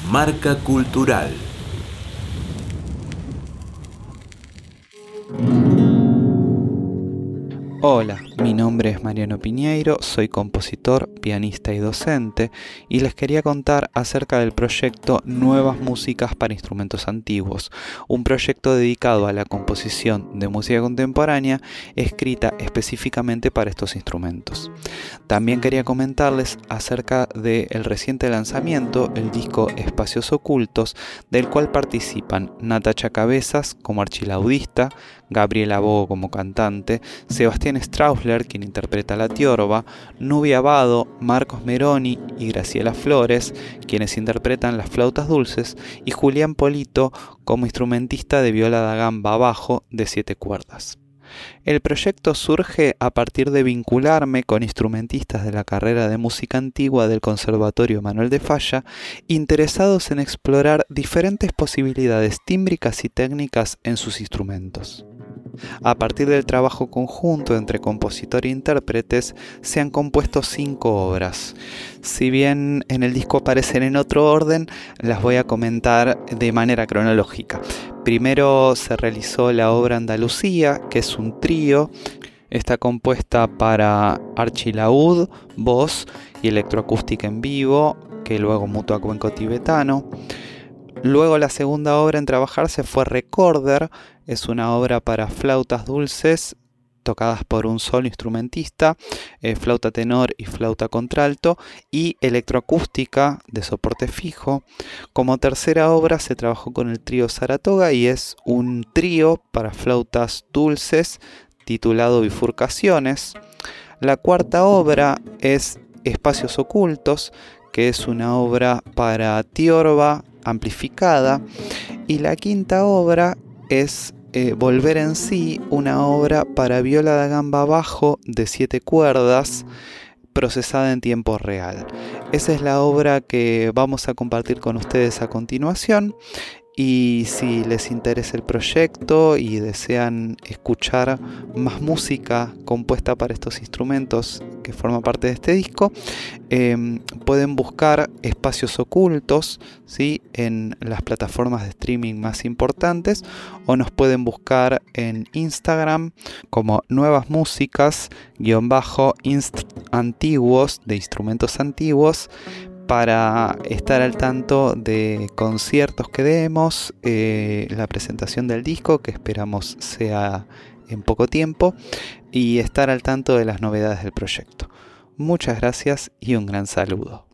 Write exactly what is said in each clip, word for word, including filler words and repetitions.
Marca Cultural. Hola, mi nombre es Mariano Piñeiro, soy compositor, pianista y docente, y les quería contar acerca del proyecto Nuevas Músicas para Instrumentos Antiguos, un proyecto dedicado a la composición de música contemporánea escrita específicamente para estos instrumentos. También quería comentarles acerca del reciente lanzamiento, el disco Espacios Ocultos, del cual participan Natacha Cabezas como archilaudista, Gabriela Bogo como cantante, Sebastián Strausler, quien interpreta la tiorba, Nubia Abado, Marcos Meroni y Graciela Flores, quienes interpretan las flautas dulces, y Julián Polito como instrumentista de viola da gamba bajo de siete cuerdas. El proyecto surge a partir de vincularme con instrumentistas de la carrera de música antigua del Conservatorio Manuel de Falla, interesados en explorar diferentes posibilidades tímbricas y técnicas en sus instrumentos. A partir del trabajo conjunto entre compositor e intérpretes, se han compuesto cinco obras. Si bien en el disco aparecen en otro orden, las voy a comentar de manera cronológica. Primero se realizó la obra Andalucía, que es un trío. Está compuesta para archilaúd, voz y electroacústica en vivo, que luego mutó a cuenco tibetano. Luego la segunda obra en trabajarse fue Recorder, es una obra para flautas dulces tocadas por un solo instrumentista, eh, flauta tenor y flauta contralto, y electroacústica de soporte fijo. Como tercera obra se trabajó con el trío Saratoga y es un trío para flautas dulces titulado Bifurcaciones. La cuarta obra es Espacios Ocultos, que es una obra para tiorba amplificada, y la quinta obra es eh, Volver en sí, una obra para viola da gamba bajo de siete cuerdas procesada en tiempo real. Esa es la obra que vamos a compartir con ustedes a continuación. Y si les interesa el proyecto y desean escuchar más música compuesta para estos instrumentos que forma parte de este disco, eh, pueden buscar Espacios Ocultos, ¿sí?, en las plataformas de streaming más importantes, o nos pueden buscar en Instagram como Nuevas Músicas guión bajo inst antiguos, de instrumentos antiguos, para estar al tanto de conciertos que demos, eh, la presentación del disco, que esperamos sea en poco tiempo, y estar al tanto de las novedades del proyecto. Muchas gracias y un gran saludo.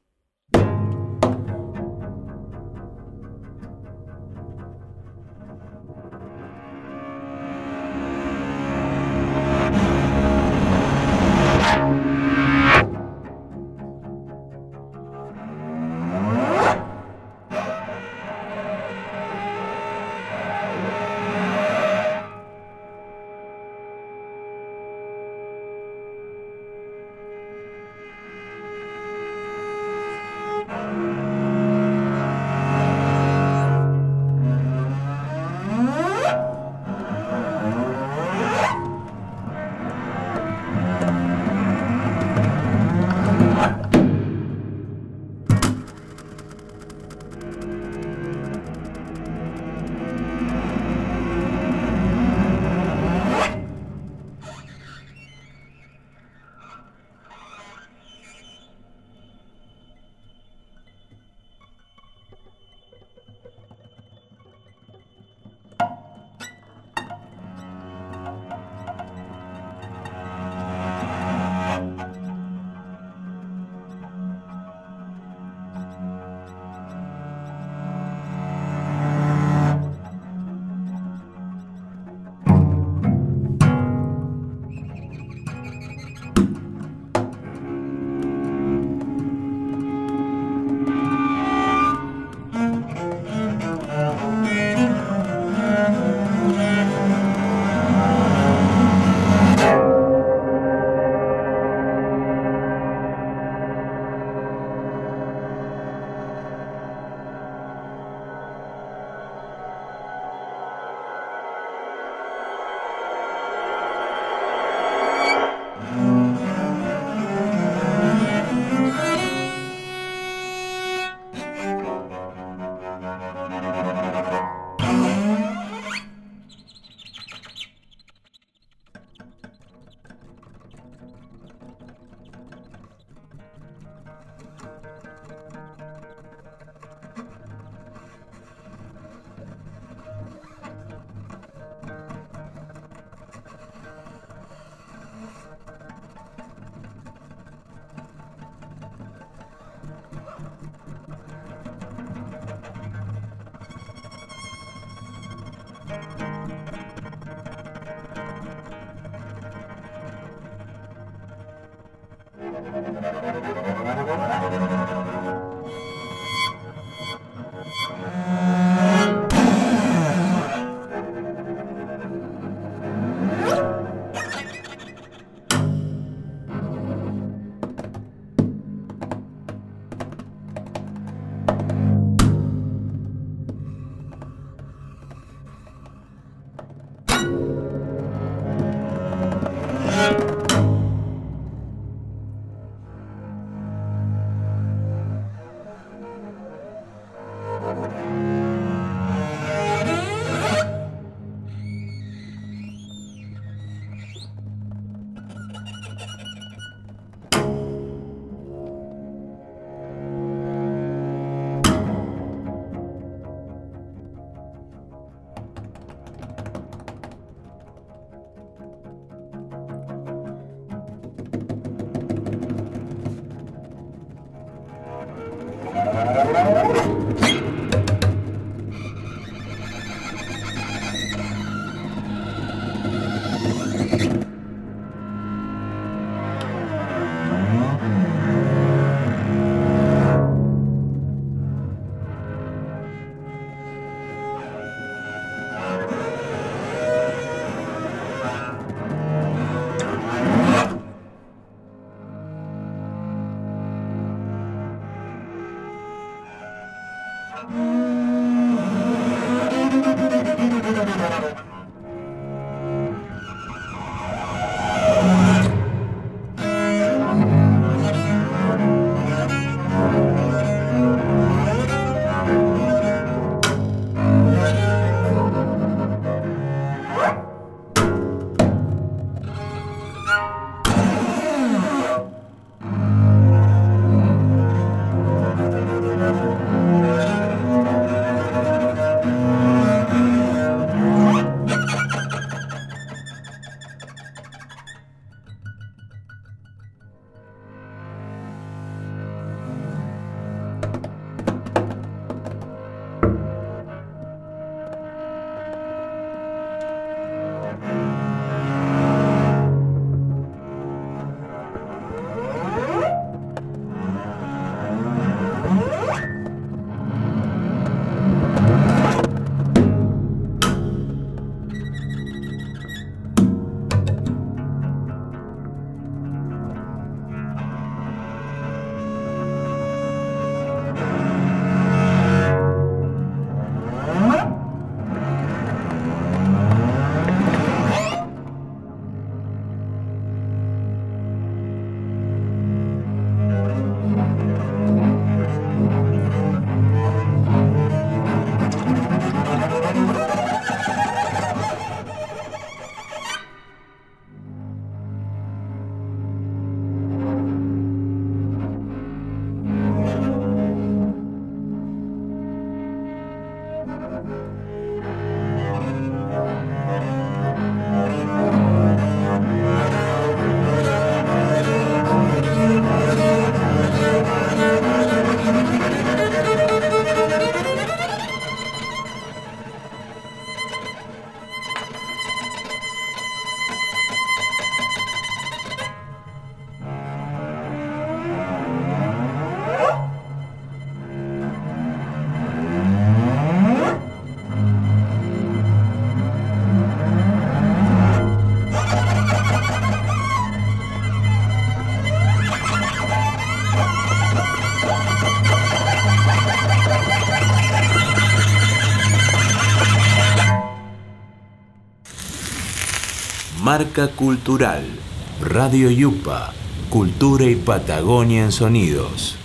Marca Cultural, Radio Yupa, Cultura y Patagonia en Sonidos.